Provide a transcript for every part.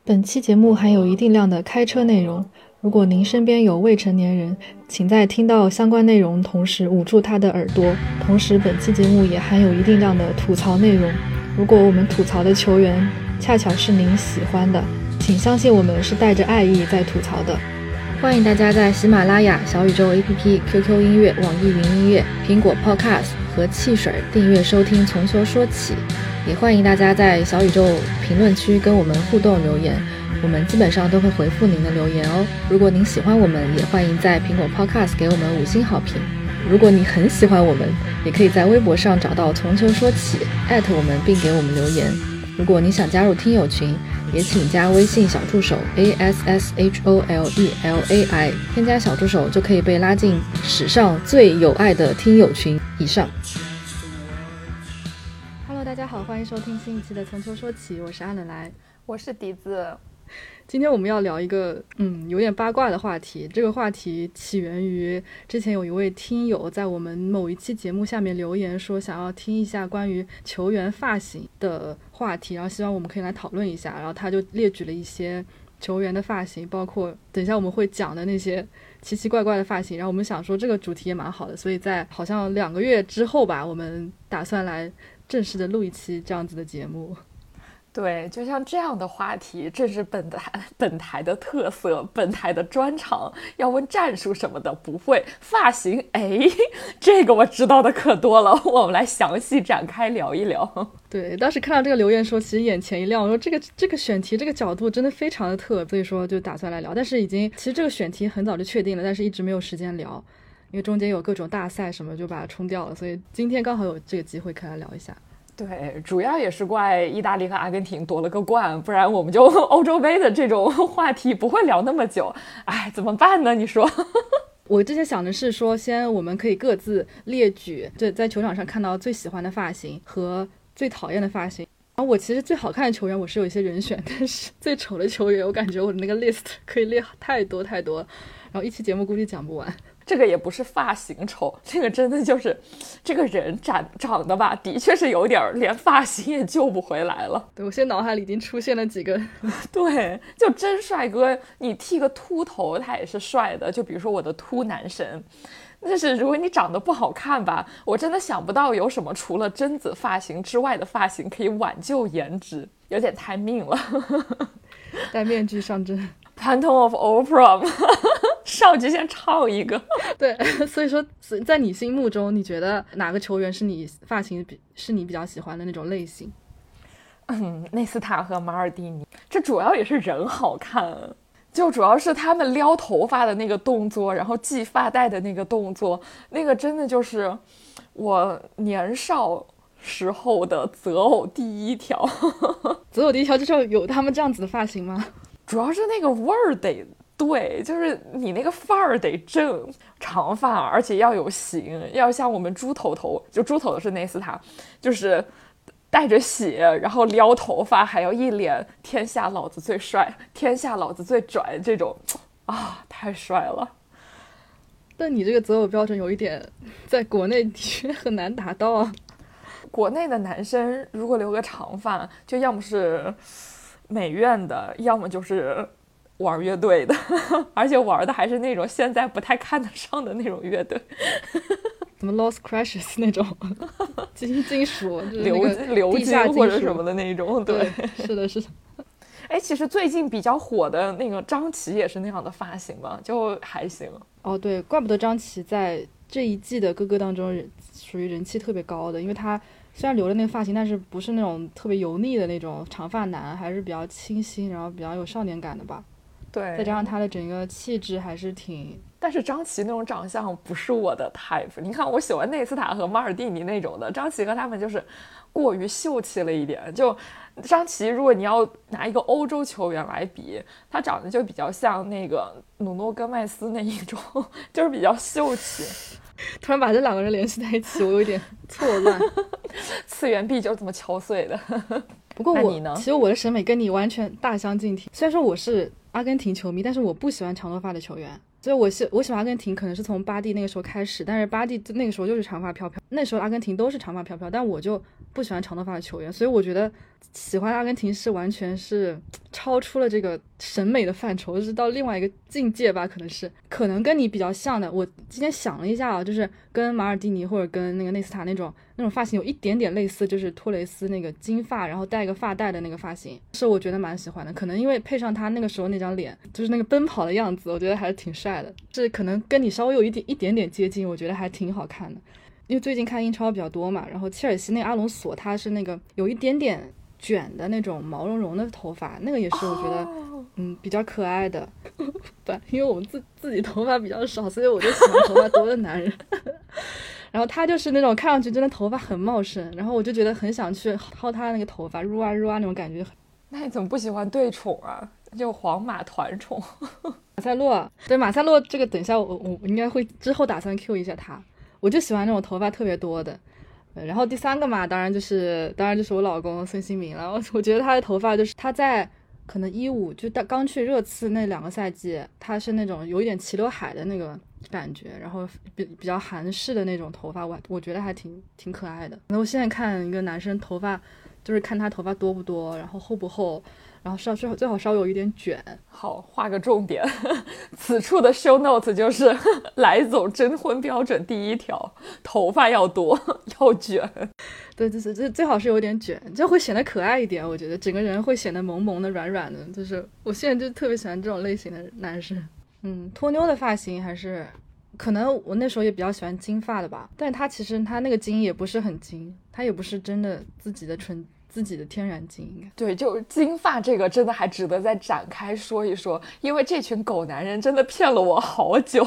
本期节目含有一定量的开车内容，如果您身边有未成年人，请在听到相关内容同时捂住他的耳朵。同时，本期节目也含有一定量的吐槽内容，如果我们吐槽的球员恰巧是您喜欢的，请相信我们是带着爱意在吐槽的。欢迎大家在喜马拉雅、小宇宙 APP、QQ 音乐、网易云音乐、苹果 Podcast 和汽水订阅收听从球说起，也欢迎大家在小宇宙评论区跟我们互动留言，我们基本上都会回复您的留言哦。如果您喜欢我们，也欢迎在苹果 Podcast 给我们5星好评。如果你很喜欢我们，也可以在微博上找到从球说起，艾特我们并给我们留言。如果你想加入听友群，也请加微信小助手 ASSHOLELAI， 添加小助手就可以被拉进史上最有爱的听友群。以上。Hello， 大家好，欢迎收听新一期的从球说起，我是阿冷来， 我是笛子。 今天我们要聊一个有点八卦的话题。这个话题起源于之前有一位听友在我们某一期节目下面留言说想要听一下关于球员发型的话题，然后希望我们可以来讨论一下，然后他就列举了一些球员的发型，包括等一下我们会讲的那些奇奇怪怪的发型。然后我们想说这个主题也蛮好的，所以在好像2个月之后吧，我们打算来正式的录一期这样子的节目。 对，就像这样的话题，这是本台的特色，本台的专长。要问战术什么的不会，发型这个我知道的可多了，我们来详细展开聊一聊。 对，当时看到这个留言说，其实眼前一亮，我说这个选题这个角度真的非常的特，所以说就打算来聊。但是其实这个选题很早就确定了，但是一直没有时间聊，因为中间有各种大赛什么就把它冲掉了，所以今天刚好有这个机会可以来聊一下。 对，主要也是怪意大利和阿根廷夺了个冠，不然我们就欧洲杯的这种话题不会聊那么久。怎么办呢？你说？ 我之前想的是说，先我们可以各自列举在球场上看到最喜欢的发型和最讨厌的发型。然后我其实最好看的球员我是有一些人选，但是最丑的球员我感觉我的那个 list 可以列太多，然后一期节目估计讲不完。 这个也不是发型丑，这个真的就是这个人长得吧，的确是有点连发型也救不回来了。 对，我现在脑海里已经出现了几个。 对，就真帅哥，你剃个秃头他也是帅的，就比如说我的秃男神。但是如果你长得不好看吧，我真的想不到有什么除了贞子发型之外的发型可以挽救颜值，有点太命了。 戴面具上阵 Phantom of Opera 上去先唱一个。 对，所以说在你心目中，你觉得哪个球员是你发型是你比较喜欢的那种类型？ 内斯塔和马尔蒂尼，这主要也是人好看，就主要是他们撩头发的那个动作，然后系发带的那个动作，那个真的就是我年少时候的择偶第一条。 择偶第一条就是要有他们这样子的发型吗？ 主要是那个味儿得对，就是你那个范儿得正，长发而且要有型，要像我们猪头是内斯塔，就是带着血，然后撩头发，还要一脸天下老子最帅，天下老子最拽，这种太帅了。 但你这个择偶标准有一点在国内的确很难达到啊。 国内的男生如果留个长发，就要么是美院的，要么就是玩乐队的，而且玩的还是那种现在不太看得上的那种乐队。 什么 Lost Crashes 那种金属， 流金或者什么的那种。对， 是的是的。 其实最近比较火的那个张琪也是那样的发型吧，就还行。 对，怪不得张琪在这一季的哥哥当中属于人气特别高的，因为他虽然留了那个发型，但是不是那种特别油腻的那种长发男，还是比较清新，然后比较有少年感的吧。 对， 再加上他的整个气质还是挺…… 但是张琪那种长相不是我的 type。你看，我喜欢内斯塔和马尔蒂尼那种的，张琪和他们就是过于秀气了一点。就张琪，如果你要拿一个欧洲球员来比，他长得就比较像那个努诺戈麦斯那一种，就是比较秀气。 突然把这2个人联系在一起，我有点错乱。 次元壁就是这么敲碎的。 不过其实我的审美跟你完全大相径庭。虽然说我是阿根廷球迷，但是我不喜欢长头发的球员。所以我喜欢阿根廷可能是从巴蒂那个时候开始，但是巴蒂那个时候就是长发飘飘，那时候阿根廷都是长发飘飘，但我就不喜欢长头发的球员。所以我觉得喜欢阿根廷是完全是超出了这个审美的范畴，是到另外一个境界吧，可能跟你比较像的。我今天想了一下啊，就是跟马尔蒂尼或者跟那个内斯塔那种发型有一点点类似，就是托雷斯那个金发然后带一个发带的那个发型，是我觉得蛮喜欢的。可能因为配上他那个时候那张脸，就是那个奔跑的样子，我觉得还是挺帅的，是可能跟你稍微有一点点接近，我觉得还挺好看的。因为最近看英超比较多嘛，然后切尔西那个阿隆索他是那个有一点点卷的那种毛茸茸的头发，那个也是我觉得比较可爱的。对，因为我们自己头发比较少，所以我就喜欢头发多的男人。然后他就是那种看上去真的头发很茂盛，然后我就觉得很想去薅他的那个头发，撸啊撸啊那种感觉。 那你怎么不喜欢对宠啊？就皇马团宠。 马塞洛，对马塞洛这个等一下我应该会之后打算 Q 一下他。我就喜欢那种头发特别多的。然后第三个嘛，当然就是我老公孙兴民了。我觉得他的头发就是他在可能15就刚去热刺那2个赛季，他是那种有一点齐刘海的那个感觉，然后比较韩式的那种头发，我觉得还挺可爱的。那我现在看一个男生头发，就是看他头发多不多，然后厚不厚，然后最好稍微有一点卷。 好，画个重点，此处的 show note 就是来总征婚标准第1条，头发要多要卷。 对，这最好是有点卷，这会显得可爱一点，我觉得整个人会显得萌萌的软软的，就是我现在就特别喜欢这种类型的男生。托妞的发型还是可能我那时候也比较喜欢金发的吧，但他其实他那个金也不是很金，他也不是真的自己的天然金。应该对，就金发这个真的还值得再展开说一说，因为这群狗男人真的骗了我好久。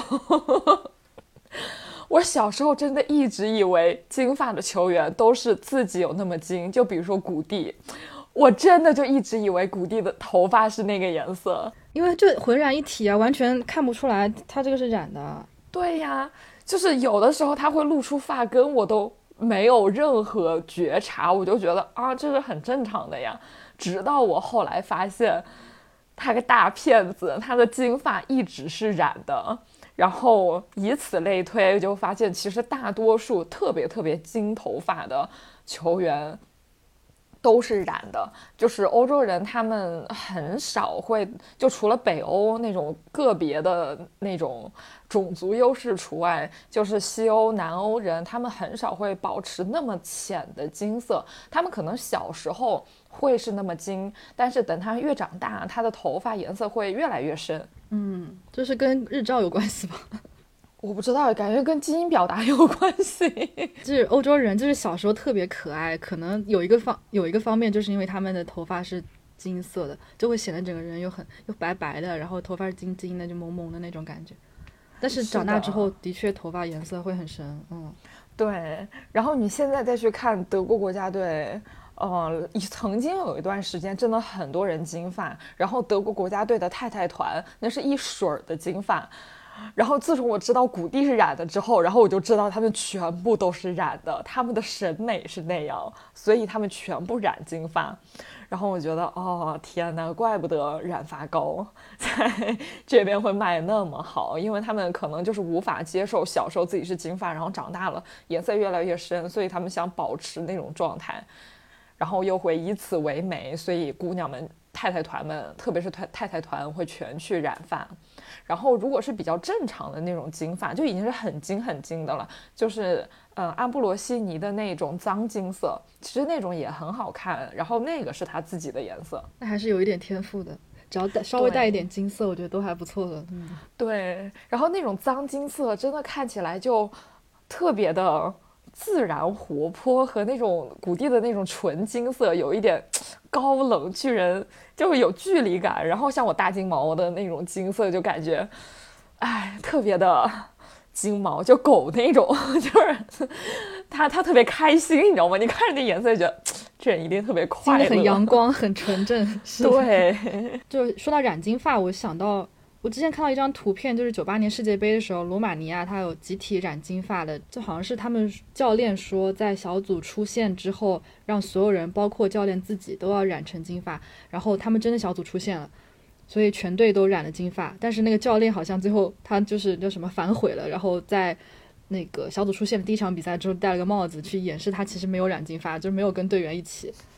我小时候真的一直以为金发的球员都是自己有那么金，就比如说谷地，我真的就一直以为谷地的头发是那个颜色， 因为就浑然一体啊，完全看不出来他这个是染的。 对呀，就是有的时候他会露出发根，我都没有任何觉察，我就觉得啊，这是很正常的呀。直到我后来发现他个大骗子，他的金发一直是染的，然后以此类推，就发现其实大多数特别金头发的球员都是染的，就是欧洲人他们很少会，就除了北欧那种个别的那种种族优势除外，就是西欧南欧人他们很少会保持那么浅的金色，他们可能小时候会是那么金，但是等他越长大，他的头发颜色会越来越深。 就是跟日照有关系吧。 我不知道，感觉跟基因表达有关系。 就是欧洲人就是小时候特别可爱，可能有一个方面就是因为他们的头发是金色的，就会显得整个人又白白的，然后头发是金金的，就萌萌的那种感觉。但是长大之后的确头发颜色会很深。 对，然后你现在再去看德国国家队，曾经有一段时间真的很多人金发，然后德国国家队的太太团那是一水儿的金发。然后自从我知道谷地是染的之后，然后我就知道他们全部都是染的，他们的审美是那样，所以他们全部染金发。然后我觉得天哪，怪不得染发膏在这边会卖那么好，因为他们可能就是无法接受小时候自己是金发，然后长大了颜色越来越深，所以他们想保持那种状态，然后又会以此为美，所以姑娘们太太团们，特别是太太团会全去染发。然后如果是比较正常的那种金发，就已经是很金的了，就是阿布罗西尼的那种脏金色，其实那种也很好看，然后那个是他自己的颜色， 那还是有一点天赋的，只要稍微带一点金色，我觉得都还不错的。 对，然后那种脏金色真的看起来就特别的自然活泼，和那种谷地的那种纯金色有一点高冷巨人，就有距离感。然后像我大金毛的那种金色，就感觉特别的金毛，就狗那种，就是他特别开心，你知道吗？你看着那颜色就觉得这人一定特别快乐， 很阳光很纯正。 对， 就说到染金发，我想到我之前看到一张图片，就是98年世界杯的时候，罗马尼亚他有集体染金发的，就好像是他们教练说在小组出线之后，让所有人包括教练自己都要染成金发，然后他们真的小组出线了，所以全队都染了金发，但是那个教练好像最后他就是叫什么反悔了，然后在那个小组出线的第一场比赛之后戴了个帽子去掩饰他其实没有染金发，就没有跟队员一起。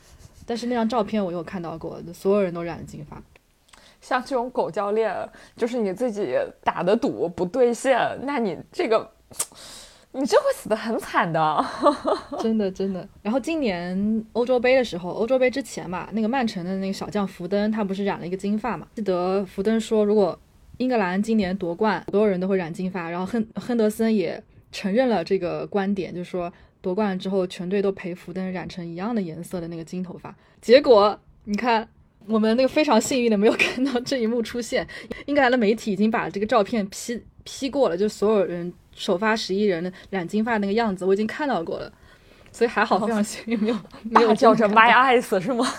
但是那张照片我有看到过，所有人都染了金发。 像这种狗教练，就是你自己打的赌不兑现，那你这会死得很惨的。 真的真的。然后今年欧洲杯的时候，欧洲杯之前嘛，那个曼城的那个小将福登，他不是染了一个金发嘛？记得福登说，如果英格兰今年夺冠，所有人都会染金发。然后亨德森也承认了这个观点，就是说夺冠了之后，全队都陪福登染成一样的颜色的那个金头发。结果你看，我们那个非常幸运的没有看到这一幕出现。英格兰的媒体已经把这个照片批过了，就所有人首发11人的染金发那个样子我已经看到过了，所以还好非常幸运没有叫着 My Eyes 是吗？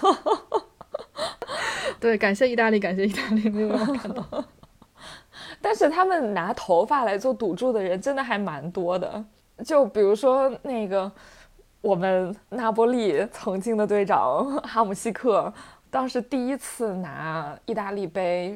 对，感谢意大利没有让我看到。 但是他们拿头发来做赌注的人真的还蛮多的，就比如说那个我们那波利曾经的队长哈姆西克，当时第一次拿意大利杯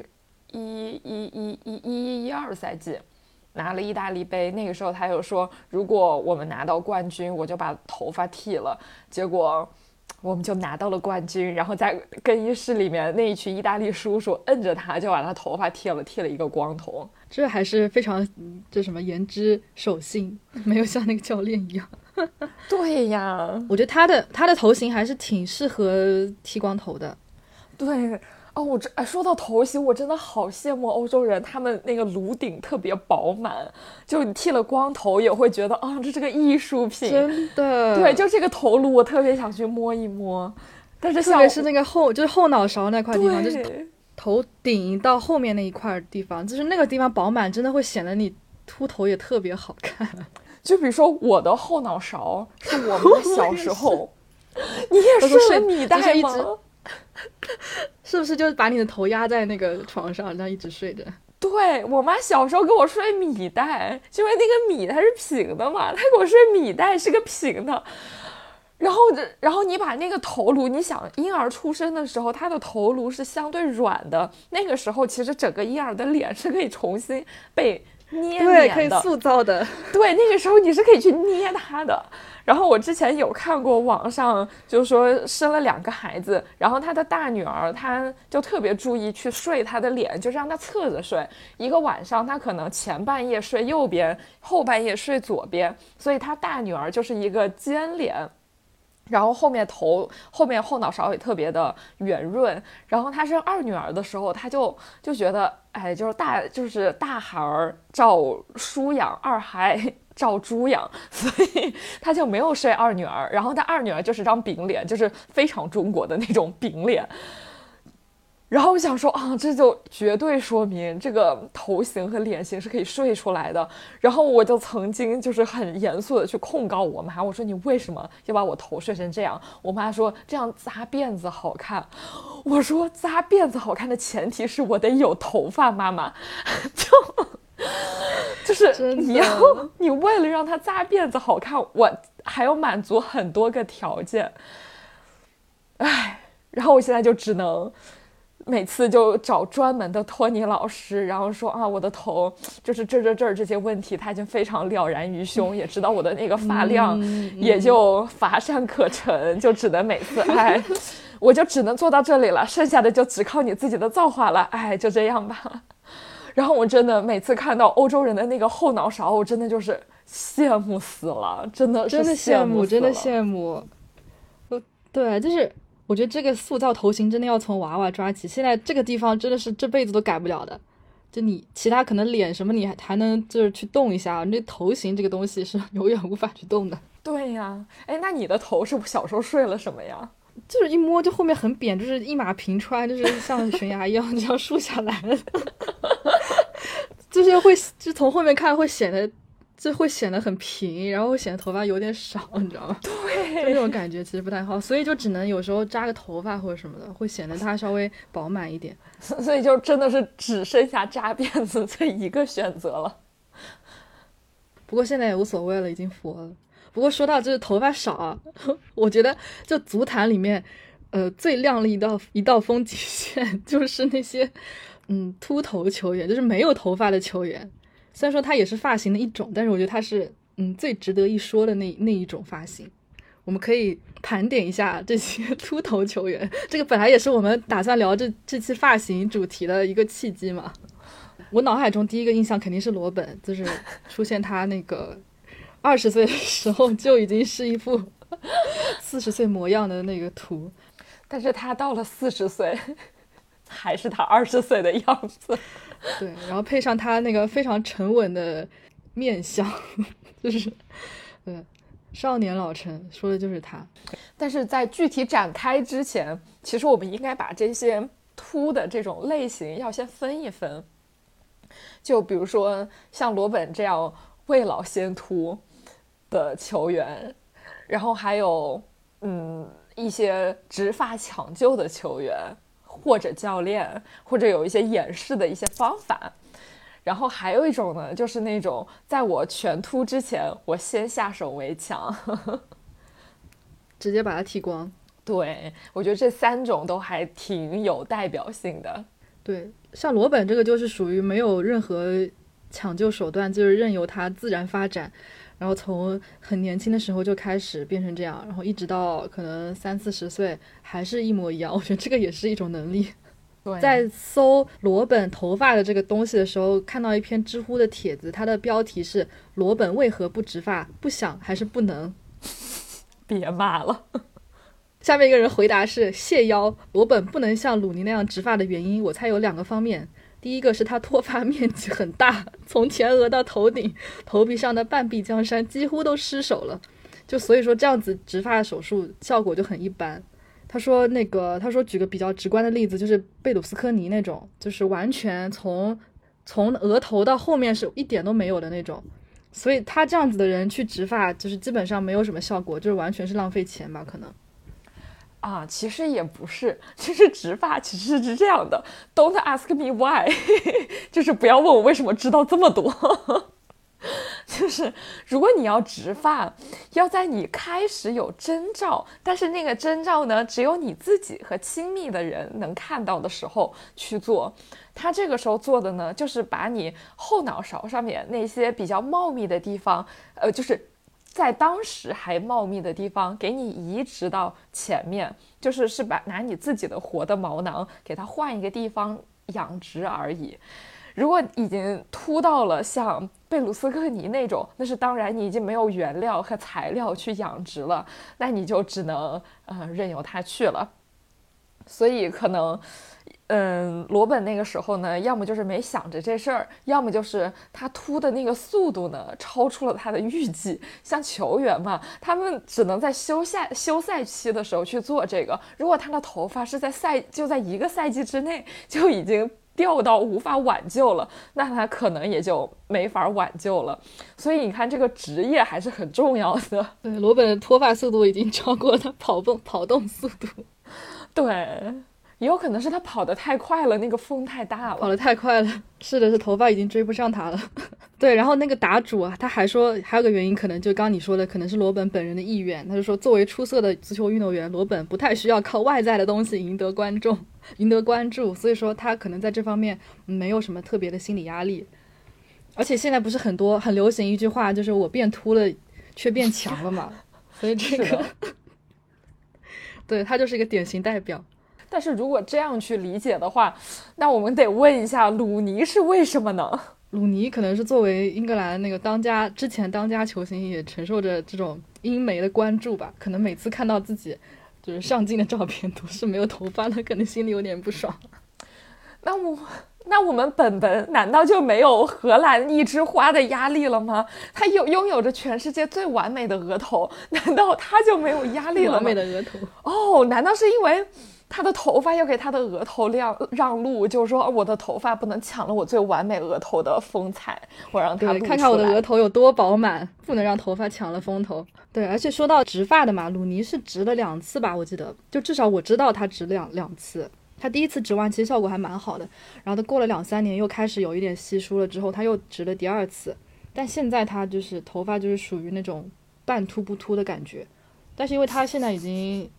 11-12赛季拿了意大利杯，那个时候他有说，如果我们拿到冠军我就把头发剃了，结果我们就拿到了冠军，然后在更衣室里面那一群意大利叔叔摁着他，就把他头发剃了一个光头。 这还是非常这什么言之守信，没有像那个教练一样。 对呀， 我觉得他的头型还是挺适合剃光头的。 对哦，说到头型，我真的好羡慕欧洲人，他们那个颅顶特别饱满，就你剃了光头也会觉得这是个艺术品， 真的。 对，就这个头颅我特别想去摸一摸，但是特别是那个就是后脑勺那块地方， 对， 就是头顶到后面那一块地方，就是那个地方饱满，真的会显得你秃头也特别好看。 就比如说我的后脑勺是我妈小时候你也睡了米袋吗？ 是不是就把你的头压在那个床上，然后一直睡着？ 对，我妈小时候给我睡米袋，因为那个米它是平的嘛，她给我睡米袋是个平的。然后你把那个头颅，你想婴儿出生的时候他的头颅是相对软的，那个时候其实整个婴儿的脸是可以重新被捏对， 脸的， 可以塑造的。 对，那个时候你是可以去捏他的。然后我之前有看过网上就是说生了2个孩子，然后他的大女儿她就特别注意去睡他的脸，就是让他侧着睡，一个晚上他可能前半夜睡右边，后半夜睡左边，所以他大女儿就是一个尖脸，然后后面后脑勺也特别的圆润。然后他生2女儿的时候，他就觉得就是大孩儿照书养，二孩照猪养，所以他就没有睡2女儿。然后他2女儿就是张饼脸，就是非常中国的那种饼脸。然后我想说这就绝对说明这个头型和脸型是可以睡出来的。然后我就曾经就是很严肃的去控告我妈，我说你为什么要把我头睡成这样？我妈说这样扎辫子好看。我说扎辫子好看的前提是我得有头发，妈妈。就是你为了让他扎辫子好看，我还要满足很多个条件。然后我现在就只能每次就找专门的托尼老师，然后说我的头就是这这些问题他已经非常了然于胸，也知道我的那个发量也就乏善可陈，就只能每次我就只能做到这里了，剩下的就只靠你自己的造化了，就这样吧。然后我真的每次看到欧洲人的那个后脑勺，我真的就是羡慕死了，真的羡慕，真的羡慕。对，就是我觉得这个塑造头型真的要从娃娃抓起，现在这个地方真的是这辈子都改不了的。就你其他可能脸什么你还能就是去动一下，那头型这个东西是永远无法去动的。 对呀，那你的头是小时候睡了什么呀？ 就是一摸就后面很扁，就是一马平川，就是像悬崖一样这样竖下来了。就从后面看会显得很平，然后会显得头发有点少，你知道吗？ 对， 就那种感觉其实不太好，所以就只能有时候扎个头发或者什么的，会显得它稍微饱满一点。 所以就真的是只剩下扎辫子这一个选择了。 不过现在也无所谓了，已经佛了。不过说到这头发少我觉得就足坛里面最亮丽一道风景线就是那些秃头球员，就是没有头发的球员。虽然说它也是发型的一种，但是我觉得它是最值得一说的那一种发型。 我们可以盘点一下这些秃头球员。这个本来也是我们打算聊这期发型主题的一个契机嘛。我脑海中第一个印象肯定是罗本，就是出现他那个20岁的时候就已经是一副40岁模样的那个图， 但是他到了40岁还是他20岁的样子。 对，然后配上他那个非常沉稳的面相，就是少年老成，说的就是他。 但是在具体展开之前，其实我们应该把这些秃的这种类型要先分一分。就比如说像罗本这样未老先秃的球员，然后还有一些植发抢救的球员或者教练，或者有一些演示的一些方法。然后还有一种呢，就是那种在我全秃之前我先下手为强直接把它剃光。 对，我觉得这3种都还挺有代表性的。 对，像罗本这个就是属于没有任何抢救手段，就是任由它自然发展，然后从很年轻的时候就开始变成这样，然后一直到可能30-40岁还是一模一样。我觉得这个也是一种能力。 对， 在搜罗本头发的这个东西的时候，看到一篇知乎的帖子，它的标题是罗本为何不植发，不想还是不能？ 别骂了。 下面一个人回答是谢邀，罗本不能像鲁尼那样植发的原因我猜有2个方面。第一个是他脱发面积很大，从前额到头顶，头皮上的半壁江山几乎都失手了，就所以说这样子植发手术效果就很一般。他说举个比较直观的例子，就是贝鲁斯科尼那种，就是完全从额头到后面是一点都没有的那种，所以他这样子的人去植发就是基本上没有什么效果，就是完全是浪费钱吧可能。 其实也不是，就是植发其实是这样的 ，Don't ask me why 就是不要问我为什么知道这么多就是如果你要植发，要在你开始有征兆，但是那个征兆呢，只有你自己和亲密的人能看到的时候去做。他这个时候做的呢，就是把你后脑勺上面那些比较茂密的地方，就是在当时还茂密的地方给你移植到前面，就是拿你自己的活的毛囊给它换一个地方养殖而已。如果已经秃到了像贝鲁斯科尼那种，那是当然你已经没有原料和材料去养殖了，那你就只能任由它去了。所以可能罗本那个时候呢，要么就是没想着这事儿，要么就是他秃的那个速度呢超出了他的预计。像球员嘛，他们只能在休赛期的时候去做这个，如果他的头发是就在一个赛季之内就已经掉到无法挽救了，那他可能也就没法挽救了。所以你看这个职业还是很重要的。 对，罗本的脱发速度已经超过了他跑动速度。 对，也有可能是他跑得太快了，那个风太大了， 跑得太快了。是的，是头发已经追不上他了。对，然后那个答主啊，他还说还有个原因，可能就刚你说的，可能是罗本本人的意愿。他就说，作为出色的足球运动员，罗本不太需要靠外在的东西赢得关注，所以说他可能在这方面没有什么特别的心理压力。而且现在不是很流行一句话，就是我变秃了却变强了嘛，所以这个对，他就是一个典型代表。 但是如果这样去理解的话，那我们得问一下，鲁尼是为什么呢？ 鲁尼可能是作为英格兰那个之前当家球星，也承受着这种英媒的关注吧，可能每次看到自己就是上镜的照片都是没有头发的，可能心里有点不爽。 那我们本难道就没有荷兰一枝花的压力了吗？他拥有着全世界最完美的额头，难道他就没有压力了吗？ 完美的额头难道是因为他的头发要给他的额头让路，就是说我的头发不能抢了我最完美额头的风采，我让他看看我的额头有多饱满，不能让头发抢了风头。对，而且说到植发的嘛，鲁尼是植了2次吧，我记得，就至少我知道他植两次。他第一次植完其实效果还蛮好的，然后他过了2-3年又开始有一点稀疏了之后，他又植了第2次。但现在他就是头发就是属于那种半秃不秃的感觉，但是因为他现在已经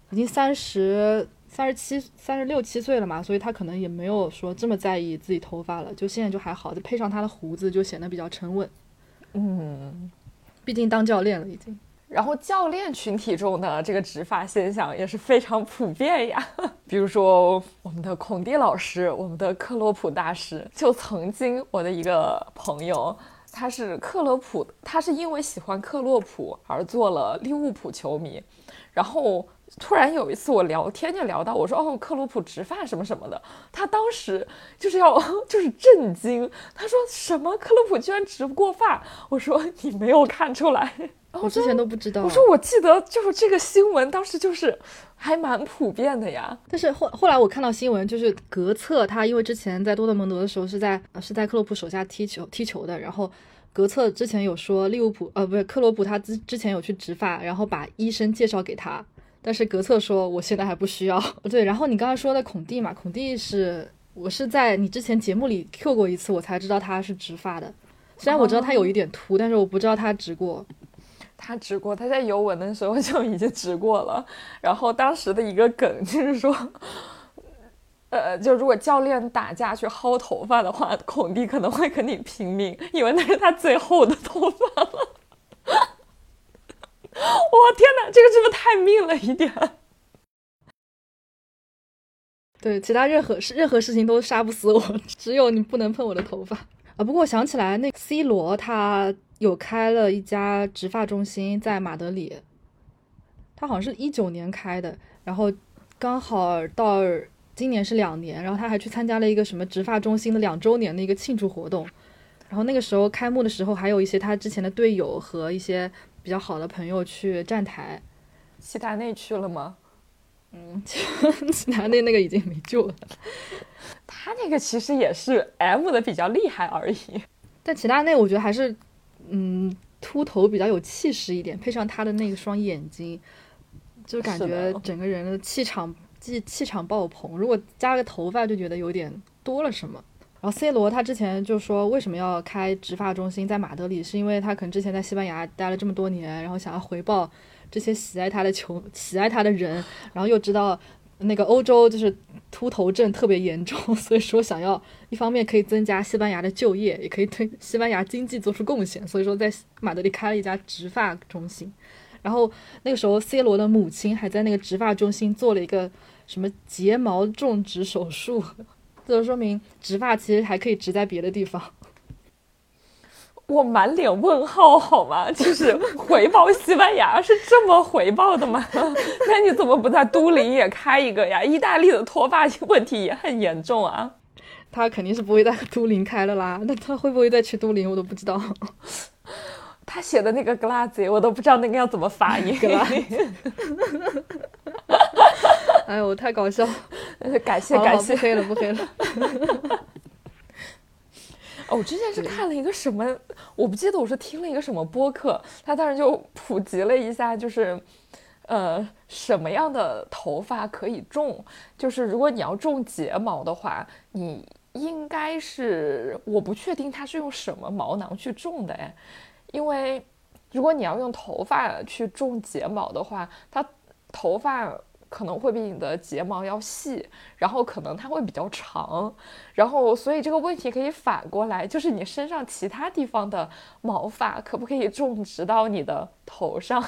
36、7岁了嘛，所以他可能也没有说这么在意自己头发了，就现在就还好，再配上他的胡子就显得比较沉稳。毕竟当教练了已经。 然后教练群体中的这个植发现象也是非常普遍呀。比如说我们的孔蒂老师，我们的克洛普大师，就曾经我的一个朋友，他是因为喜欢克洛普而做了利物浦球迷，然后突然有一次我聊天就聊到，我说克洛普植发什么什么的，他当时就是震惊，他说什么克洛普居然植不过发？我说你没有看出来？ 我之前都不知道。 我说我记得就是这个新闻当时就是还蛮普遍的呀。 但是后来我看到新闻，就是格策他因为之前在多特蒙德的时候是在克洛普手下踢球的，然后格策之前有说不是克洛普他之前有去植发，然后把医生介绍给他，但是格策说我现在还不需要。对，然后你刚才说的孔蒂嘛，孔蒂我是在你之前节目里 Q 过一次，我才知道他是植发的。虽然我知道他有一点秃，但是我不知道他植过。 他植过，他在尤文的时候就已经植过了。然后当时的一个梗就是说，就如果教练打架去薅头发的话，孔蒂可能会跟你拼命，因为那是他最厚的头发了。我天哪，这个是不是太命了一点？ 对，其他任何事情都杀不死我，只有你不能碰我的头发啊！不过我想起来，那个 C 罗他有开了一家植发中心在马德里，他好像是19年开的，然后刚好到今年是2年，然后他还去参加了一个什么植发中心的2周年的一个庆祝活动，然后那个时候开幕的时候还有一些他之前的队友和一些比较好的朋友去站台。 齐达内去了吗？ 齐达内那个已经没救了， 他那个其实也是 M 的比较厉害而已。 但齐达内我觉得还是秃头比较有气势一点，配上他的那个双眼睛，就感觉整个人的气场爆棚。如果加个头发就觉得有点多了什么。然后 C 罗他之前就说为什么要开植发中心在马德里，是因为他可能之前在西班牙待了这么多年，然后想要回报这些喜爱他的人，然后又知道那个欧洲就是秃头症特别严重，所以说想要一方面可以增加西班牙的就业，也可以对西班牙经济做出贡献，所以说在马德里开了一家植发中心。然后那个时候 C 罗的母亲还在那个植发中心做了一个什么睫毛种植手术，这就说明植发其实还可以植在别的地方。 我满脸问号好吗？就是回报西班牙是这么回报的吗？那你怎么不在都灵也开一个呀？意大利的脱发问题也很严重啊。 他肯定是不会在都灵开了啦，那他会不会再去都灵我都不知道。 他写的那个 Glaze 我都不知道那个要怎么发音。 哎呦太搞笑。 感谢不黑了不黑了。 我之前是看了一个什么，我不记得我是听了一个什么播客，他当时就普及了一下，就是什么样的头发可以种，就是如果你要种睫毛的话，你应该是，我不确定它是用什么毛囊去种的哎，因为如果你要用头发去种睫毛的话，它头发可能会比你的睫毛要细，然后可能它会比较长，然后所以这个问题可以反过来，就是你身上其他地方的毛发可不可以种植到你的头上？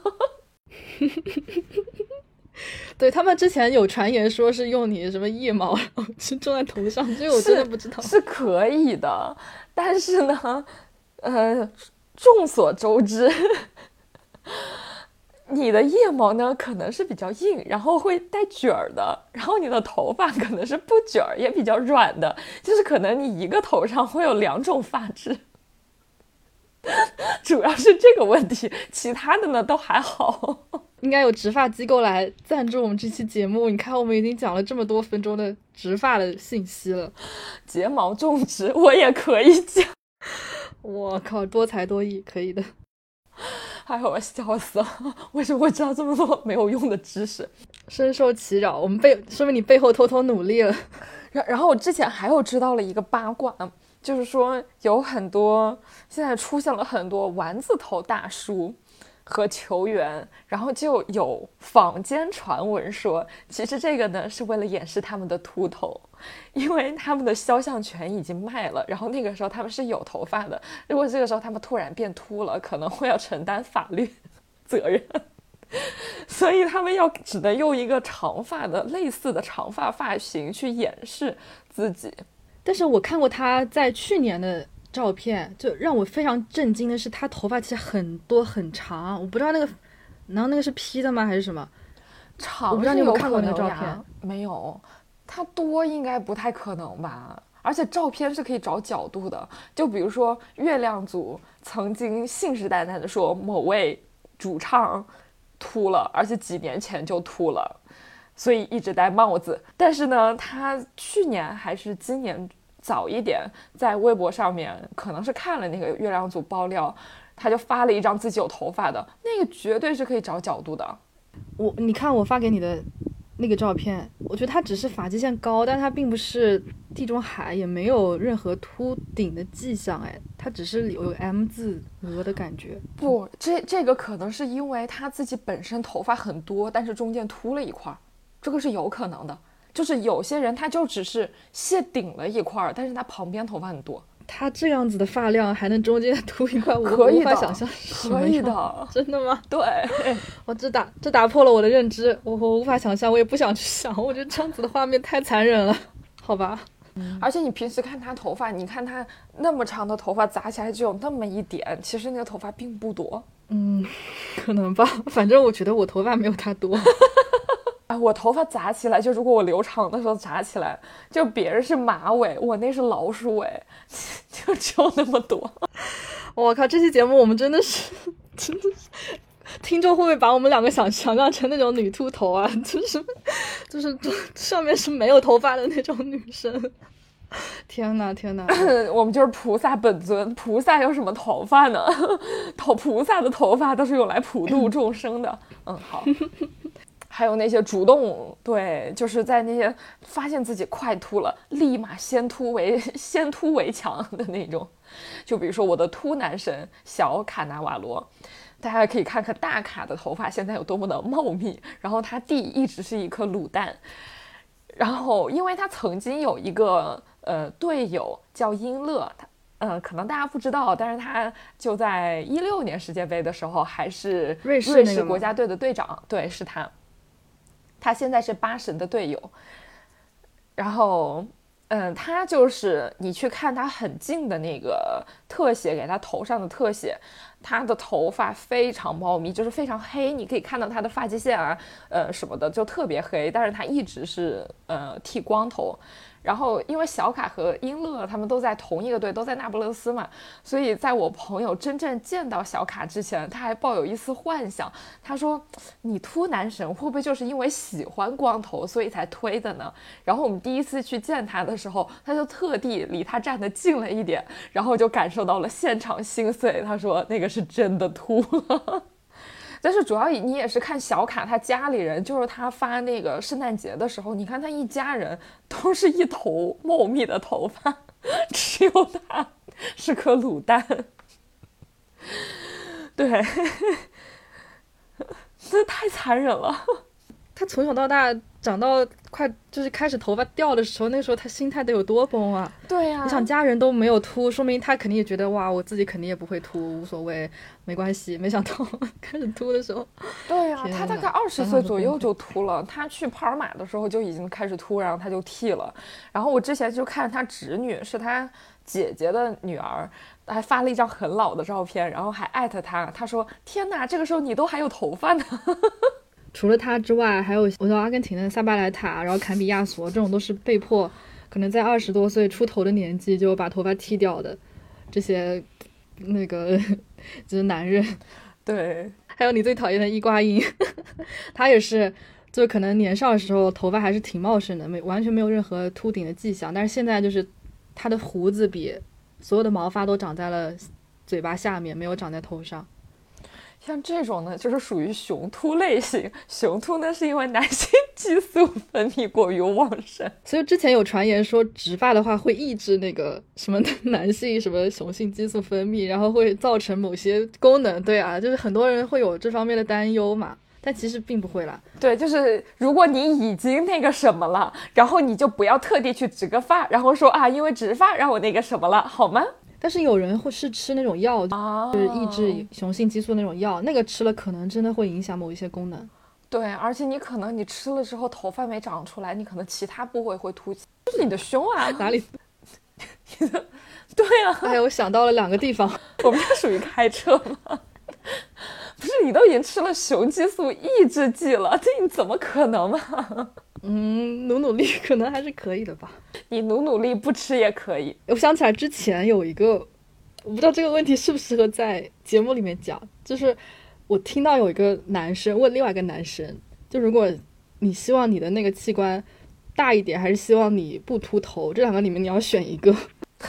对，他们之前有传言说是用你什么腋毛然后去种在头上，这个我真的不知道。 是可以的，但是呢众所周知你的腋毛呢可能是比较硬，然后会带卷儿的，然后你的头发可能是不卷儿也比较软的，就是可能你一个头上会有2种发质。主要是这个问题，其他的呢都还好。 应该有植发机构来赞助我们这期节目，你看我们已经讲了这么多分钟的植发的信息了。 睫毛种植我也可以讲。 我靠，多才多艺，可以的。 哎呦，我笑死了！为什么会知道这么多没有用的知识？ 深受其扰，我们说明你背后偷偷努力了。 然后我之前还有知道了一个八卦，就是说有很多现在出现了很多丸子头大叔和球员，然后就有坊间传闻说，其实这个呢是为了掩饰他们的秃头，因为他们的肖像权已经卖了，然后那个时候他们是有头发的，如果这个时候他们突然变秃了，可能会要承担法律责任，所以他们只能用一个长发的类似的长发发型去掩饰自己。 但是我看过他在去年的照片，就让我非常震惊的是，他头发其实很多很长，我不知道难道那个是 P 的吗还是什么？ 长， 我不知道你有没有看过那个照片。 没有，他多应该不太可能吧。而且照片是可以找角度的，就比如说月亮组曾经信誓旦旦的说某位主唱秃了，而且几年前就秃了，所以一直戴帽子。但是呢，他去年还是今年早一点在微博上面可能是看了那个月亮组爆料，他就发了一张自己有头发的，那个绝对是可以找角度的。 你看我发给你的那个照片，我觉得他只是发际线高，但他并不是地中海，也没有任何秃顶的迹象，哎，他只是有 M 字额的感觉。 不，这个可能是因为他自己本身头发很多，但是中间秃了一块，这个是有可能的。就是有些人他就只是谢顶了一块，但是他旁边头发很多。 他这样子的发量还能中间秃一块，我无法想象。 可以的， 真的吗？ 对， 我这打破了我的认知，我无法想象，我也不想去想，我觉得这样子的画面太残忍了，好吧。 而且你平时看他头发，你看他那么长的头发扎起来只有那么一点，其实那个头发并不多。 可能吧，反正我觉得我头发没有他多。 我头发扎起来，就如果我留长的时候扎起来，就别人是马尾，我那是老鼠尾，就只有那么多。 我靠，这期节目我们真的是听众会不会把我们两个想象成那种女秃头啊？就是上面是没有头发的那种女生。天哪天哪我们就是菩萨本尊，菩萨有什么头发呢？菩萨的头发都是用来普度众生的。好。还有那些主动，对，就是在那些发现自己快秃了，立马先突围墙的那种。就比如说我的秃男神小卡纳瓦罗，大家可以看看大卡的头发现在有多么的茂密，然后他弟一直是一颗卤蛋。然后因为他曾经有一个队友叫英乐，可能大家不知道，但是他就在16年世界杯的时候还是瑞士国家队的队长，对，是他。他现在是巴神的队友，然后他就是你去看他很近的那个特写，给他头上的特写，他的头发非常茂密，就是非常黑，你可以看到他的发际线啊什么的就特别黑，但是他一直是剃光头。然后因为小卡和英乐他们都在同一个队，都在那不勒斯嘛，所以在我朋友真正见到小卡之前，他还抱有一丝幻想，他说你秃男神会不会就是因为喜欢光头所以才推的呢？然后我们第一次去见他的时候，他就特地离他站得近了一点，然后就感受到了现场心碎，他说那个是真的秃了。但是主要你也是看小卡他家里人，就是他发那个圣诞节的时候，你看他一家人都是一头茂密的头发，只有他是颗卤蛋。对，这太残忍了。 他从小到大长到快就是开始头发掉的时候，那时候他心态得有多崩啊！ 对呀， 你想家人都没有秃，说明他肯定也觉得哇，我自己肯定也不会秃，无所谓，没关系。没想到开始秃的时候， 对呀，他大概20岁左右就秃了。他去帕尔马的时候就已经开始秃，然后他就剃了。然后我之前就看他侄女，是他姐姐的女儿，还发了一张很老的照片，然后还艾特他，他说：“天哪，这个时候你都还有头发呢。” 除了他之外，还有我到阿根廷的萨巴莱塔，然后坎比亚索，这种都是被迫可能在20多岁出头的年纪就把头发剃掉的这些那个就是男人。 对， 还有你最讨厌的伊瓜因，他也是就可能年少的时候头发还是挺茂盛的，完全没有任何秃顶的迹象，但是现在就是他的胡子比所有的毛发都长在了嘴巴下面，没有长在头上。 像这种呢，就是属于雄秃类型。雄秃呢，是因为男性激素分泌过于旺盛， 所以之前有传言说植发的话会抑制那个什么男性什么雄性激素分泌，然后会造成某些功能。对啊，就是很多人会有这方面的担忧嘛，但其实并不会啦。 对，就是如果你已经那个什么了，然后你就不要特地去植个发，然后说啊，因为植发让我那个什么了，好吗？ 但是有人会是吃那种药，就是抑制雄性激素那种药，那个吃了可能真的会影响某一些功能。 对，而且你可能你吃了之后头发没长出来，你可能其他部位会凸起，就是你的胸啊。 哪里？ 对啊， 哎，我想到了2个地方。 我们这属于开车吗？不是，你都已经吃了雄激素抑制剂了，这你怎么可能嘛？ 努力可能还是可以的吧。 你努力不吃也可以。 我想起来之前有一个，我不知道这个问题适不适合在节目里面讲，就是我听到有一个男生问另外一个男生，就如果你希望你的那个器官大一点，还是希望你不秃头，这2个里面你要选一个。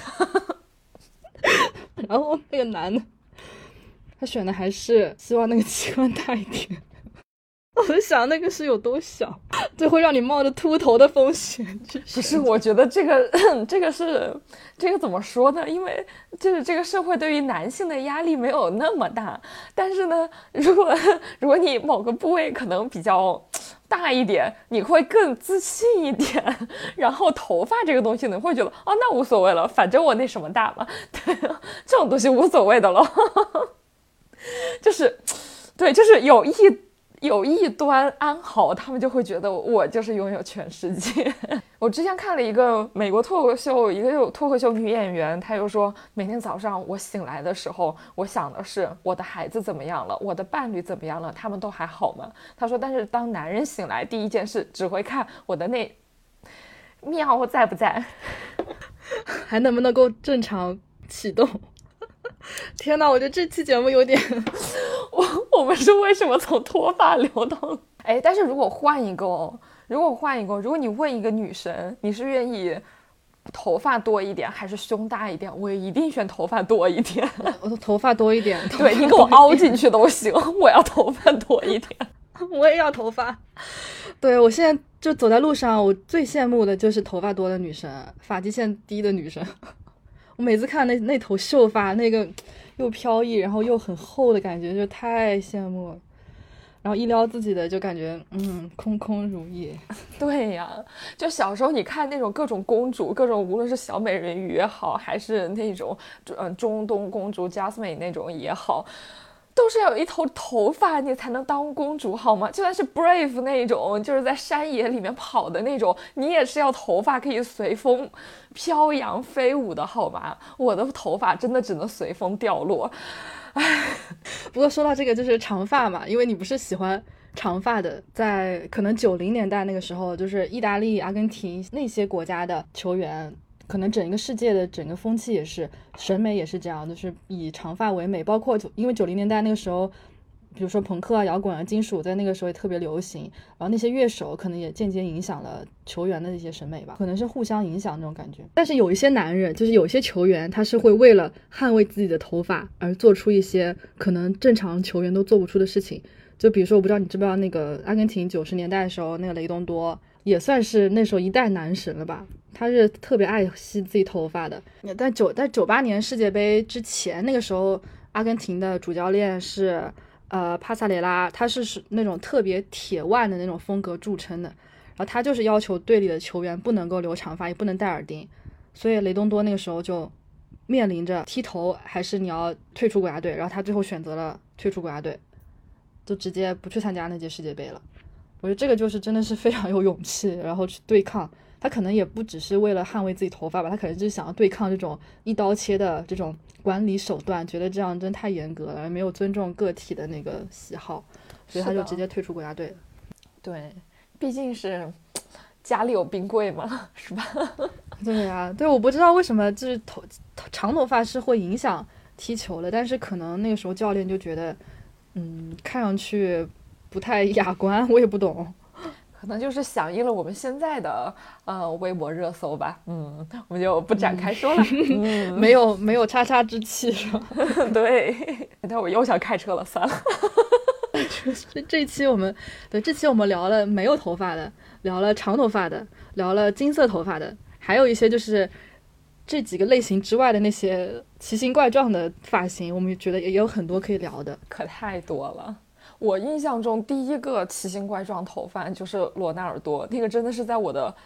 然后那个男的他选的还是希望那个器官大一点。我就想那个是有多小，就会让你冒着秃头的风险。 不是，我觉得这个怎么说呢？因为就是这个社会对于男性的压力没有那么大，但是呢，如果你某个部位可能比较大一点，你会更自信一点。然后头发这个东西呢，会觉得那无所谓了，反正我那什么大嘛，对，这种东西无所谓的了。就是对，就是有一端安好，他们就会觉得我就是拥有全世界。我之前看了一个美国脱口秀，一个脱口秀女演员，她就说每天早上我醒来的时候，我想的是我的孩子怎么样了，我的伴侣怎么样了，他们都还好吗？她说但是当男人醒来，第一件事只会看我的那喵在不在， 还能不能够正常启动。天哪，我觉得这期节目有点我们是为什么从脱发流到但是如果换一个，如果你问一个女生，你是愿意头发多一点还是胸大一点，我也一定选头发多一点。 我的头发多一点。 对，你给我凹进去都行，我要头发多一点。 我也要头发。对，我现在就走在路上，我最羡慕的就是头发多的女生，发际线低的女生。我每次看那头秀发，那个又飘逸然后又很厚的感觉，就太羡慕了。然后一撩自己的就感觉空空如也。 对呀，就小时候你看那种各种公主，各种无论是小美人鱼也好，还是那种中东公主 Jasmine 那种也好，都是要有一头头发你才能当公主好吗？就算是 Brave 那种就是在山野里面跑的那种，你也是要头发可以随风飘扬飞舞的好吗？我的头发真的只能随风掉落。 不过说到这个就是长发嘛，因为你不是喜欢长发的，在可能90年代那个时候，就是意大利、阿根廷那些国家的球员，可能整个世界的整个风气也是，审美也是这样，就是以长发为美。包括因为90年代那个时候，比如说朋克啊、摇滚啊、金属在那个时候也特别流行，然后那些乐手可能也间接影响了球员的一些审美吧，可能是互相影响那种感觉。但是有一些男人，就是有些球员，他是会为了捍卫自己的头发而做出一些可能正常球员都做不出的事情。就比如说，我不知道你知不知道那个阿根廷90年代的时候，那个雷东多也算是那时候一代男神了吧，他是特别爱惜自己头发的。在98年世界杯之前，那个时候阿根廷的主教练是帕萨雷拉，他是那种特别铁腕的那种风格著称的，然后他就是要求队里的球员不能够留长发，也不能戴耳钉，所以雷东多那个时候就面临着剃头还是你要退出国家队，然后他最后选择了退出国家队，就直接不去参加那届世界杯了。我觉得这个就是真的是非常有勇气，然后去对抗。他可能也不只是为了捍卫自己头发吧，他可能就是想要对抗这种一刀切的这种管理手段，觉得这样真太严格了，没有尊重个体的那个喜好，所以他就直接退出国家队了。 对，毕竟是家里有冰柜嘛，是吧？ 对啊，对，我不知道为什么就是长头发是会影响踢球的，但是可能那个时候教练就觉得看上去不太雅观，我也不懂， 可能就是响应了我们现在的微博热搜吧。我们就不展开说了。 没有叉叉之气是吧？ 对，但我又想开车了，算了。 这期我们聊了没有头发的，聊了长头发的，聊了金色头发的，还有一些就是这几个类型之外的那些奇形怪状的发型，我们觉得也有很多可以聊的， 可太多了。我印象中第一个奇形怪状头发就是罗纳尔多，那个真的是在我的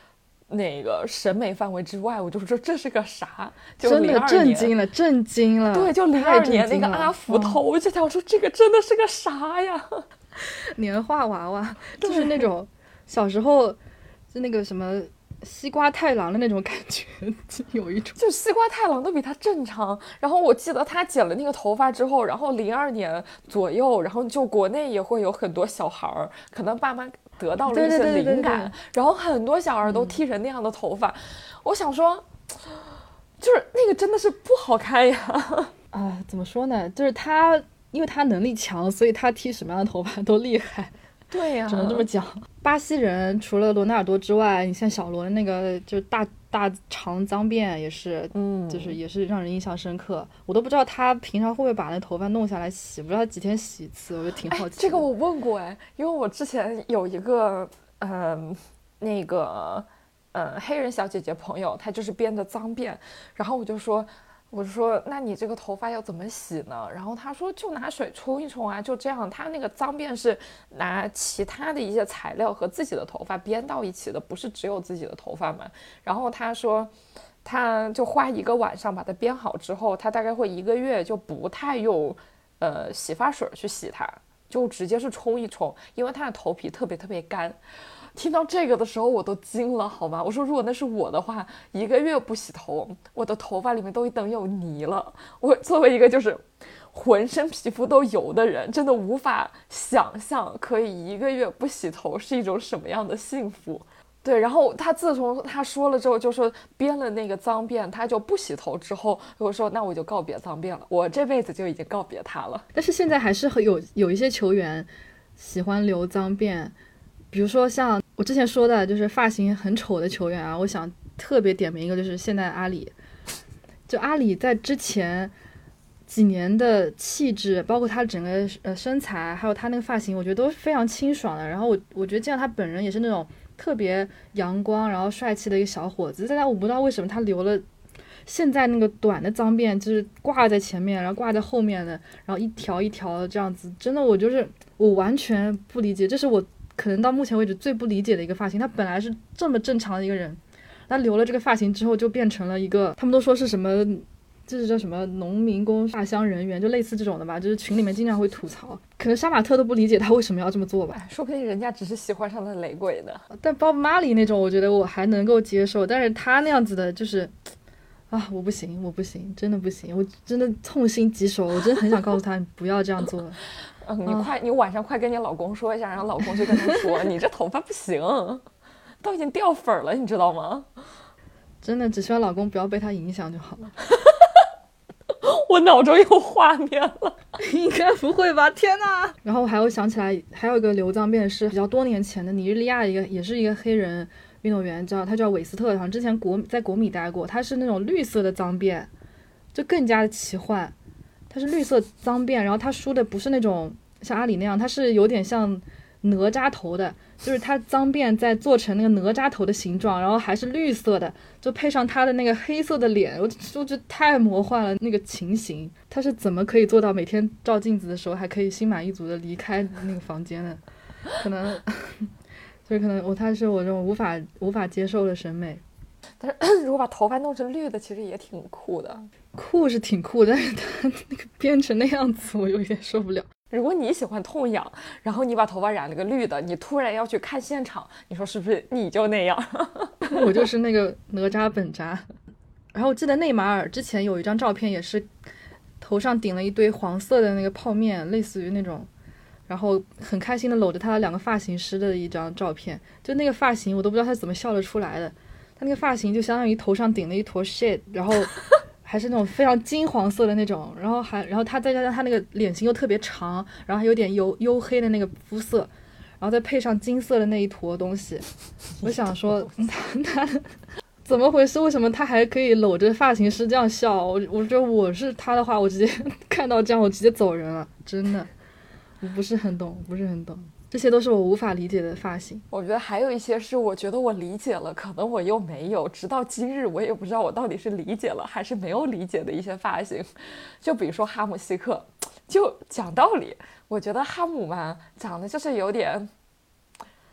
那个审美范围之外，我就说这是个啥？就真的震惊了。 对，就02年那个阿福头这条，我说这个真的是个啥呀？ 年画娃娃就是那种小时候就那个什么西瓜太郎的那种感觉，有一种就西瓜太郎都比他正常。然后我记得他剪了那个头发之后，然后02年左右，然后就国内也会有很多小孩儿，可能爸妈得到了一些灵感，然后很多小孩都剃成那样的头发。我想说，就是那个真的是不好看呀。 啊，怎么说呢？就是他，因为他能力强，所以他剃什么样的头发都厉害。 对呀， 只能这么讲。巴西人除了罗纳尔多之外，你像小罗的那个就是大长脏辫也是，就是也是让人印象深刻。我都不知道他平常会不会把那头发弄下来洗，不知道他几天洗一次，我就挺好奇的。 这个我问过因为我之前有一个那个黑人小姐姐朋友，她就是编的脏辫，然后我就说那你这个头发要怎么洗呢？然后他说就拿水冲一冲啊，就这样。他那个脏辫是拿其他的一些材料和自己的头发编到一起的，不是只有自己的头发嘛。然后他说他就花1个晚上把它编好之后，他大概会1个月就不太用洗发水去洗它，就直接是冲一冲，因为他的头皮特别特别干。听到这个的时候我都惊了，好吗？我说如果那是我的话，1个月不洗头，我的头发里面都等有泥了。我作为一个就是浑身皮肤都油的人，真的无法想象可以1个月不洗头是一种什么样的幸福。对，然后他自从他说了之后，就说编了那个脏辫，他就不洗头之后，我说那我就告别脏辫了，我这辈子就已经告别他了。 但是现在还是有一些球员喜欢留脏辫，比如说像我之前说的，就是发型很丑的球员啊，我想特别点名一个，就是现在阿里。就阿里在之前几年的气质，包括他整个身材，还有他那个发型，我觉得都是非常清爽的。然后我觉得见到他本人也是那种特别阳光，然后帅气的一个小伙子。但我不知道为什么他留了现在那个短的脏辫，就是挂在前面，然后挂在后面的，然后一条一条的这样子，真的我完全不理解，这是我可能到目前为止最不理解的一个发型。他本来是这么正常的一个人，他留了这个发型之后就变成了一个，他们都说是什么，就是叫什么农民工下乡人员，就类似这种的吧，就是群里面经常会吐槽。可能杀马特都不理解他为什么要这么做吧， 说不定人家只是喜欢上了雷鬼的。 但Bob Marley那种我觉得我还能够接受，但是他那样子的就是啊，我不行，真的不行，我真的痛心疾首，我真的很想告诉他你不要这样做。 你晚上快跟你老公说一下，然后老公就跟他说你这头发不行，都已经掉粉了，你知道吗？ 真的只希望老公不要被他影响就好了。 我脑中有画面了。 应该不会吧，天哪。然后我还有想起来还有一个留脏辫是比较多年前的尼日利亚也是一个黑人运动员，他叫韦斯特，好像之前在国米待过，他是那种绿色的脏辫，就更加的奇幻。他是绿色脏辫，然后他梳的不是那种像阿里那样，他是有点像哪吒头的，就是他脏辫在做成那个哪吒头的形状，然后还是绿色的，就配上他的那个黑色的脸，我觉得太魔幻了那个情形。他是怎么可以做到每天照镜子的时候还可以心满意足的离开那个房间的？可能就是他是我这种无法接受的审美。 但是如果把头发弄成绿的，其实也挺酷的。 酷是挺酷，但是他那个编成那样子，我有点受不了。 如果你喜欢痛痒，然后你把头发染了个绿的，你突然要去看现场，你说是不是你就那样？ 我就是那个哪吒本吒。然后我记得内马尔之前有一张照片，也是头上顶了一堆黄色的那个泡面，类似于那种，然后很开心的搂着他的2个发型师的一张照片。就那个发型我都不知道他怎么笑得出来的，他那个发型就相当于头上顶了一坨 shit， 然后还是那种非常金黄色的那种，然后他再加上他那个脸型又特别长，然后还有点黝黑的那个肤色，然后再配上金色的那一坨东西，我想说他怎么回事？为什么他还可以搂着发型师这样笑？我觉得我是他的话，我直接看到这样我直接走人了，真的，我不是很懂。这些都是我无法理解的发型。 我觉得还有一些是我觉得我理解了，可能我又没有，直到今日我也不知道我到底是理解了还是没有理解的一些发型。就比如说哈姆西克，就讲道理，我觉得哈姆嘛长得就是有点，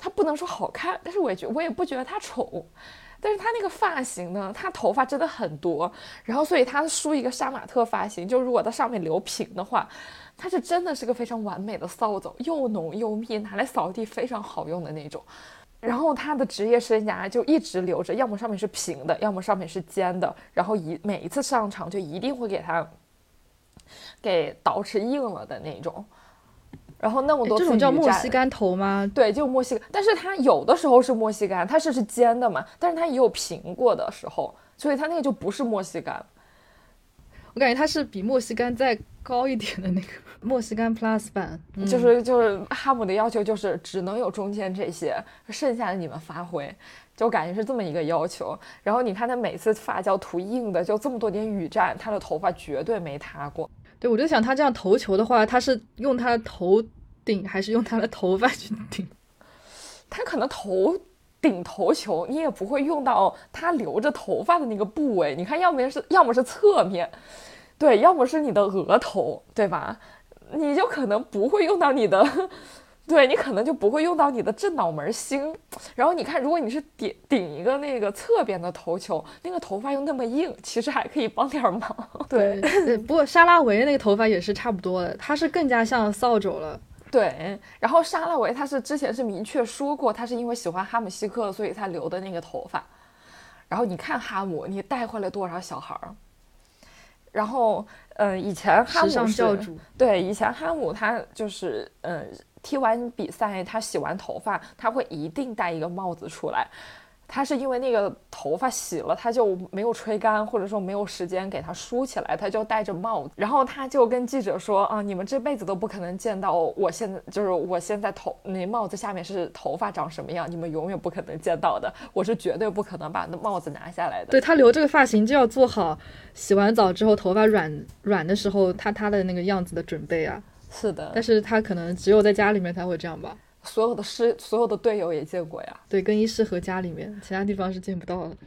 他不能说好看，但是我也不觉得他丑。但是他那个发型呢，他头发真的很多，然后所以他梳一个杀马特发型，就如果它上面留平的话，它是真的是个非常完美的扫帚，又浓又密，拿来扫地非常好用的那种。然后他的职业生涯就一直留着，要么上面是平的，要么上面是尖的，然后每一次上场就一定会给他给捯饬硬了的那种。然后那么多次这种叫墨西干头吗？ 对，就墨西干，但是它有的时候是墨西干，它是尖的嘛，但是它也有平过的时候，所以它那个就不是墨西干。 我感觉它是比墨西干再高一点的那个墨西干 Plus 版， 就是哈姆的要求就是只能有中间这些，剩下的你们发挥，就感觉是这么一个要求。然后你看他每次发胶涂硬的，就这么多年雨战，他的头发绝对没塌过。 对，我就想他这样投球的话，他是用他的头顶还是用他的头发去顶？ 他可能顶头球，你也不会用到他留着头发的那个部位。你看，要么是侧面，对，要么是你的额头，对吧？你就可能不会用到你的，对，你可能就不会用到你的正脑门星。然后你看，如果你是顶一个那个侧边的头球，那个头发又那么硬，其实还可以帮点忙。对， 不过沙拉维那个头发也是差不多的，他是更加像扫帚了。 对，然后沙拉维他是之前是明确说过，他是因为喜欢哈姆西克，所以才留的那个头发。然后你看哈姆，你带坏了多少小孩儿？然后，以前哈姆是时尚教主， 对，以前哈姆他就是踢完比赛，他洗完头发，他会一定戴一个帽子出来。他是因为那个头发洗了，他就没有吹干，或者说没有时间给他梳起来，他就戴着帽子。然后他就跟记者说啊，你们这辈子都不可能见到我现在那帽子下面是头发长什么样，你们永远不可能见到的。我是绝对不可能把那帽子拿下来的。 对，他留这个发型就要做好洗完澡之后头发软的时候他的那个样子的准备啊。 是的， 但是他可能只有在家里面才会这样吧。 所有的队友也见过呀。 对，更衣室和家里面，其他地方是见不到的。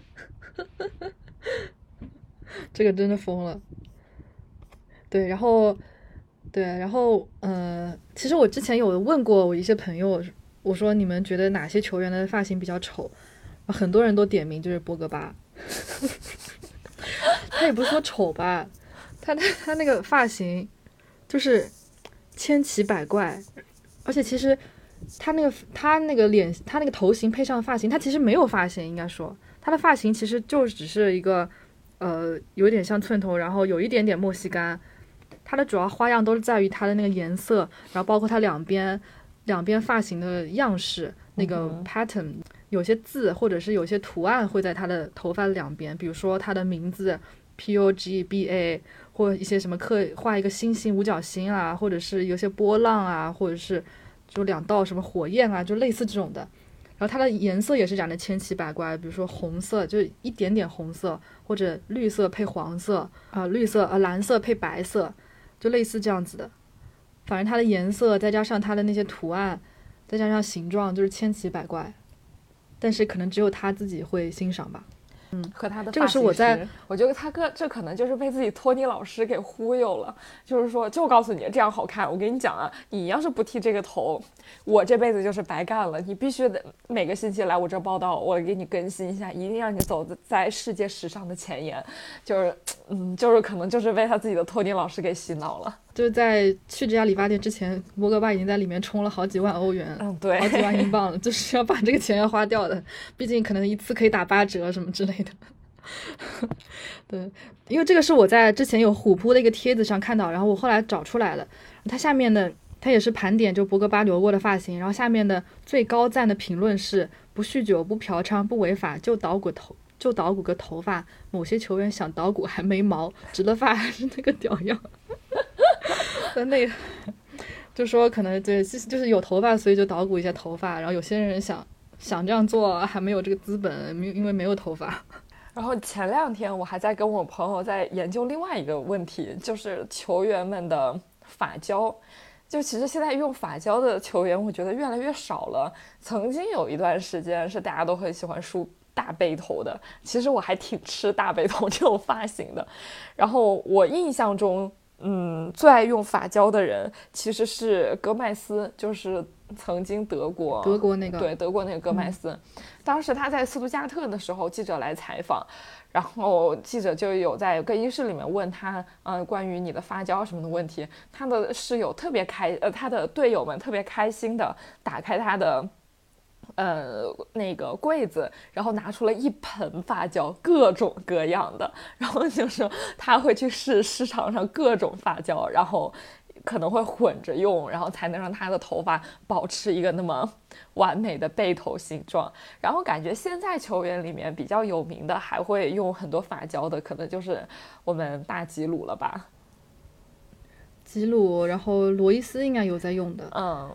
这个真的疯了。对，然后，其实我之前有问过我一些朋友，我说你们觉得哪些球员的发型比较丑？很多人都点名就是博格巴。他也不是说丑吧，他那个发型就是千奇百怪，而且其实。他那个脸，他那个头型配上发型，他其实没有发型，应该说他的发型其实就只是一个有点像寸头，然后有一点点墨西干。它的主要花样都是在于它的那个颜色，然后包括它两边发型的样式，那个 pattern， 有些字或者是有些图案会在它的头发的两边，比如说它的名字 POGBA， 或一些什么画一个星星五角星啊，或者是有些波浪啊，或者是就两道什么火焰啊，就类似这种的。然后它的颜色也是染的千奇百怪，比如说红色就一点点红色，或者绿色配黄色蓝色配白色，就类似这样子的。反正它的颜色再加上它的那些图案，再加上形状，就是千奇百怪。但是可能只有他自己会欣赏吧。 和他的这个是我觉得这可能就是被自己托尼老师给忽悠了，就是说就告诉你这样好看，我跟你讲啊，你要是不剃这个头，我这辈子就是白干了，你必须得每个星期来我这报道，我给你更新一下，一定让你走在世界时尚的前沿。就是可能就是被他自己的托尼老师给洗脑了。 就是在去这家理发店之前，博格巴已经在里面充了好几万欧元， 对， 好几万英镑了，就是要把这个钱要花掉的，毕竟可能一次可以打8折什么之类的。对，因为这个是我在之前有虎扑的一个帖子上看到，然后我后来找出来了，它下面的它也是盘点就博格巴留过的发型，然后下面的最高赞的评论是不酗酒不嫖娼不违法就捣鼓个头发，某些球员想捣鼓还没毛，直了发还是那个屌样。那个就说可能对，就是有头发所以就捣鼓一下头发，然后有些人想这样做还没有这个资本，因为没有头发。 然后前2天我还在跟我朋友在研究另外一个问题，就是球员们的发胶。就其实现在用发胶的球员我觉得越来越少了，曾经有一段时间是大家都很喜欢梳大背头的，其实我还挺吃大背头这种发型的。然后我印象中最爱用发胶的人其实是戈麦斯，就是曾经德国那个， 对，德国那个戈麦斯，当时他在斯图加特的时候，记者来采访，然后记者就有在更衣室里面问他，关于你的发胶什么的问题，他的室友特别他的队友们特别开心的打开他的那个柜子，然后拿出了一盆发胶，各种各样的，然后就是他会去试市场上各种发胶，然后可能会混着用，然后才能让他的头发保持一个那么完美的背头形状。然后感觉现在球员里面比较有名的还会用很多发胶的，可能就是我们大吉鲁了吧。 吉鲁，然后罗伊斯应该有在用的，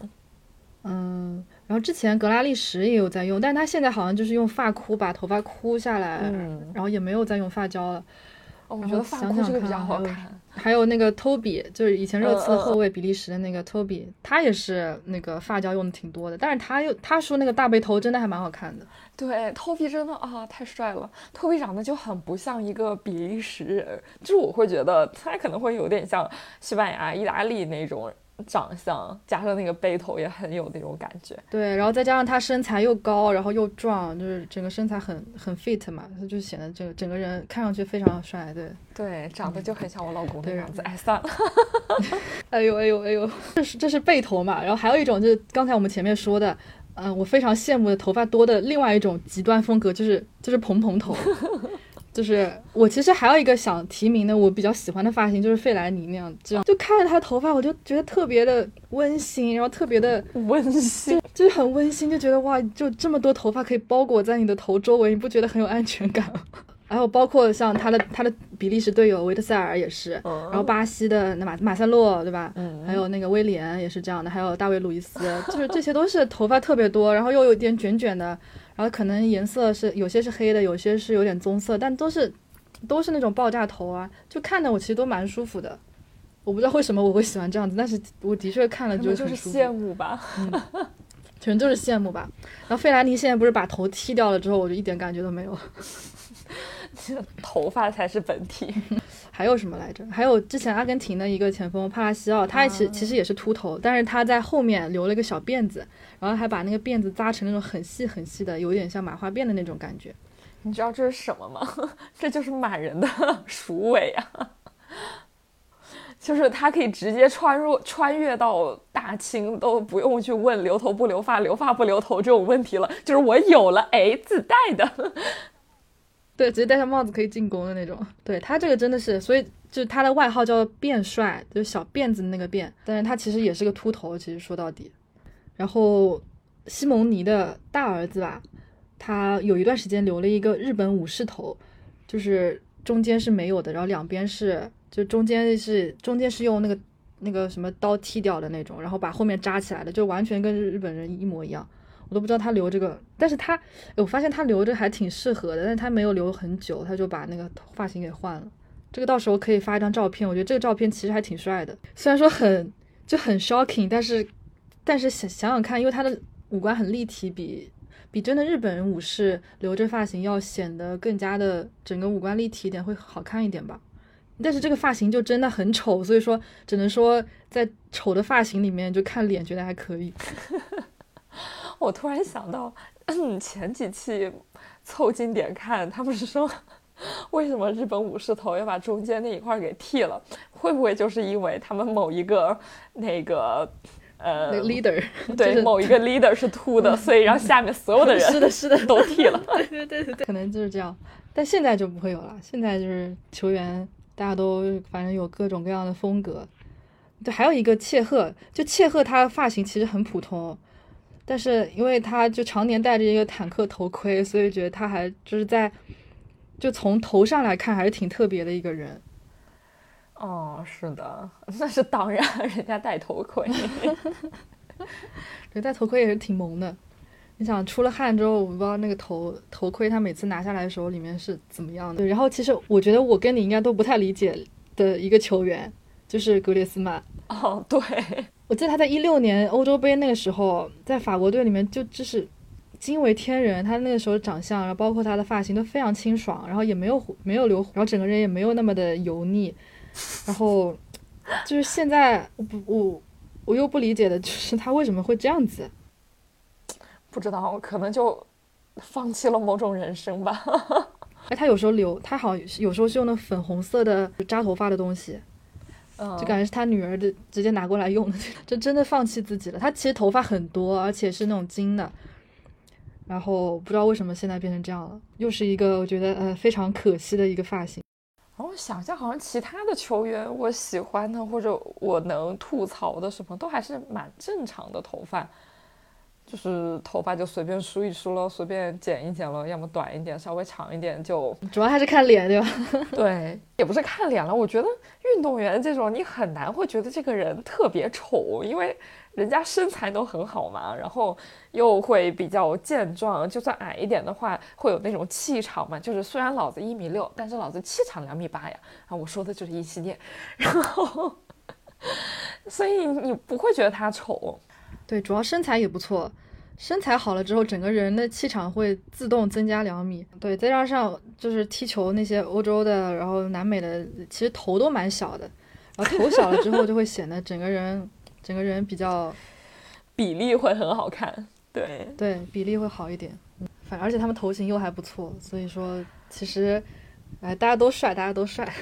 然后之前格拉利什也有在用，但他现在好像就是用发箍把头发箍下来，然后也没有再用发胶了。 我觉得发箍这个比较好看。 还有那个 Toby， 就是以前热刺后卫比利时的那个 Toby，他也是那个发胶用的挺多的，但是他说那个大背头真的还蛮好看的。 对，Toby 真的太帅了。Toby 长得就很不像一个比利时人，就是我会觉得他可能会有点像西班牙、意大利那种长相，加上那个背头也很有那种感觉。 对，然后再加上他身材又高，然后又壮，就是整个身材很 fit 嘛，他就显得整个人看上去非常帅。 对，长得就很像我老公的样子。算了。 哎呦，这是背头嘛，然后还有一种就是刚才我们前面说的，我非常羡慕的头发多的另外一种极端风格，就是蓬头。就是我其实还有一个想提名的我比较喜欢的发型，就是费莱尼那样，这样就看着他的头发我就觉得特别的温馨，然后特别的温馨， 就是很温馨，就觉得哇，就这么多头发可以包裹在你的头周围，你不觉得很有安全感吗？还有包括像他的比利时队友维特塞尔也是，然后巴西的那马塞洛对吧？还有那个威廉也是这样的，还有大卫路易斯，就是这些都是头发特别多，然后又有点卷卷的，然后可能颜色是有些是黑的，有些是有点棕色，但都是那种爆炸头啊，就看着我其实都蛮舒服的。我不知道为什么我会喜欢这样子，但是我的确看了就是很舒服。 羡慕吧。 可能就是羡慕吧。然后费兰尼现在不是把头剃掉了之后，我就一点感觉都没有。 头发才是本体。 还有什么来着？还有之前阿根廷的一个前锋帕拉西奥，他其实也是秃头，但是他在后面留了一个小辫子，然后还把那个辫子扎成那种很细很细的，有点像马花辫的那种感觉。 你知道这是什么吗？这就是满人的鼠尾啊！就是他可以直接穿越到大清，都不用去问留头不留发、留发不留头这种问题了。就是我有了，自带的。 对，直接戴上帽子可以进攻的那种。对，他这个真的是，所以就是他的外号叫辫帅，就是小辫子那个辫，但是他其实也是个秃头，其实说到底。然后西蒙尼的大儿子吧，他有一段时间留了一个日本武士头，就是中间是没有的，然后两边是，就中间是用那个什么刀剃掉的那种，然后把后面扎起来的，就完全跟日本人一模一样。我都不知道他留这个，但是我发现他留着还挺适合的，但是他没有留很久，他就把那个发型给换了。这个到时候可以发一张照片，我觉得这个照片其实还挺帅的，虽然说很 shocking， 但是想想看，因为他的五官很立体，比真的日本人武士留着发型要显得更加的整个五官立体一点，会好看一点吧。但是这个发型就真的很丑，所以说只能说在丑的发型里面就看脸觉得还可以。 我突然想到，前几期凑近点看，他们是说为什么日本武士头要把中间那一块给剃了？会不会就是因为他们某一个那个 leader 对、就是、某一个 leader 是秃的，所以让下面所有的人是的都剃了。 对，可能就是这样。但现在就不会有了，现在就是球员大家都反正有各种各样的风格。对，还有一个切赫，就切赫他发型其实很普通。但是因为他就常年戴着一个坦克头盔，所以觉得他还就是就从头上来看还是挺特别的一个人。 是的，那是当然，人家戴头盔。 对，戴头盔也是挺萌的。你想出了汗之后，我不知道那个头盔他每次拿下来的时候里面是怎么样的。对，然后其实我觉得我跟你应该都不太理解的一个球员就是格列斯曼。 对。 我记得他在16年欧洲杯那个时候，在法国队里面就是惊为天人。他那个时候长相，然后包括他的发型都非常清爽，然后也没有留，然后整个人也没有那么的油腻。然后就是现在我又不理解的就是他为什么会这样子。 不知道，可能就放弃了某种人生吧。 哎，他有时候他好像有时候是用那粉红色的扎头发的东西，就感觉是他女儿的直接拿过来用的，就真的放弃自己了。他其实头发很多，而且是那种金的，然后不知道为什么现在变成这样了，又是一个我觉得非常可惜的一个发型。 然后我想想，好像其他的球员我喜欢的或者我能吐槽的什么都还是蛮正常的头发，就是头发就随便梳一梳了，随便剪一剪了，要么短一点稍微长一点就主要还是看脸对吧？ 对，也不是看脸了，我觉得运动员这种你很难会觉得这个人特别丑，因为人家身材都很好嘛，然后又会比较健壮，就算矮一点的话会有那种气场嘛，就是虽然老子1.6米，但是老子气场2.8米呀，啊，我说的就是一系列，然后所以你不会觉得他丑。 对，主要身材也不错，身材好了之后，整个人的气场会自动增加2米。对，再加上就是踢球那些欧洲的，然后南美的，其实头都蛮小的，然后头小了之后就会显得整个人比较比例会很好看。对对，比例会好一点。而且他们头型又还不错，所以说其实，大家都帅，大家都帅。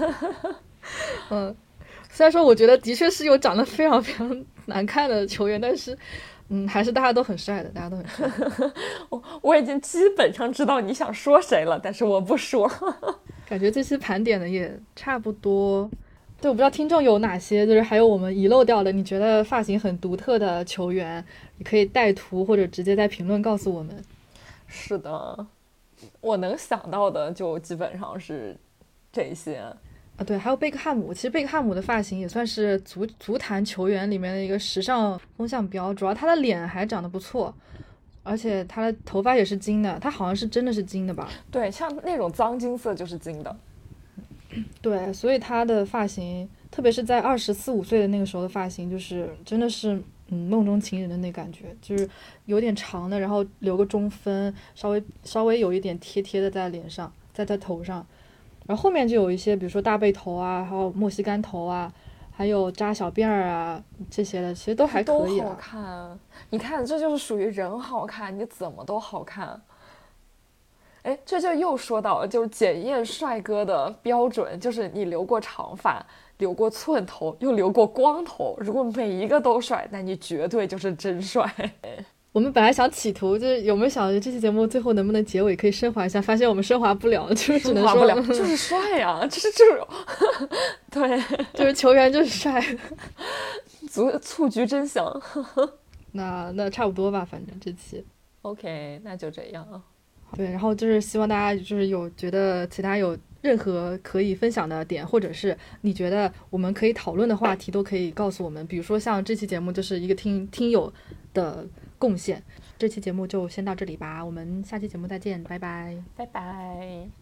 虽然说我觉得的确是有长得非常非常难看的球员，但是，还是大家都很帅的，大家都很帅。 我已经基本上知道你想说谁了，但是我不说。 感觉这期盘点的也差不多。对，我不知道听众有哪些，就是还有我们遗漏掉的，你觉得发型很独特的球员，你可以带图或者直接在评论告诉我们。 是的，我能想到的就基本上是这些啊。对，还有贝克汉姆。其实贝克汉姆的发型也算是足坛球员里面的一个时尚风向标，主要他的脸还长得不错，而且他的头发也是金的，他好像是真的是金的吧？ 对，像那种脏金色就是金的。 对，所以他的发型，特别是在24、25岁的那个时候的发型，就是真的是梦中情人的那感觉，就是有点长的，然后留个中分，稍微有一点贴的在脸上，在他头上，然后后面就有一些，比如说大背头啊，还有莫西干头啊，还有扎小辫儿啊这些的，其实都还可以都好看。你看，这就是属于人好看，你怎么都好看。哎，这就又说到了，就是检验帅哥的标准，就是你留过长发，留过寸头，又留过光头。如果每一个都帅，那你绝对就是真帅。 我们本来想企图，就是有没有想着这期节目最后能不能结尾可以升华一下，发现我们升华不了，就是只能说不了，就是帅呀，就是这种，对， 就是球员就是帅， 蹴鞠真香。 那差不多吧，反正这期 OK， 那就这样。 对，然后就是希望大家就是有觉得其他有任何可以分享的点，或者是你觉得我们可以讨论的话题，都可以告诉我们。比如说像这期节目就是一个听友的贡献，这期节目就先到这里吧，我们下期节目再见，拜拜， 拜拜。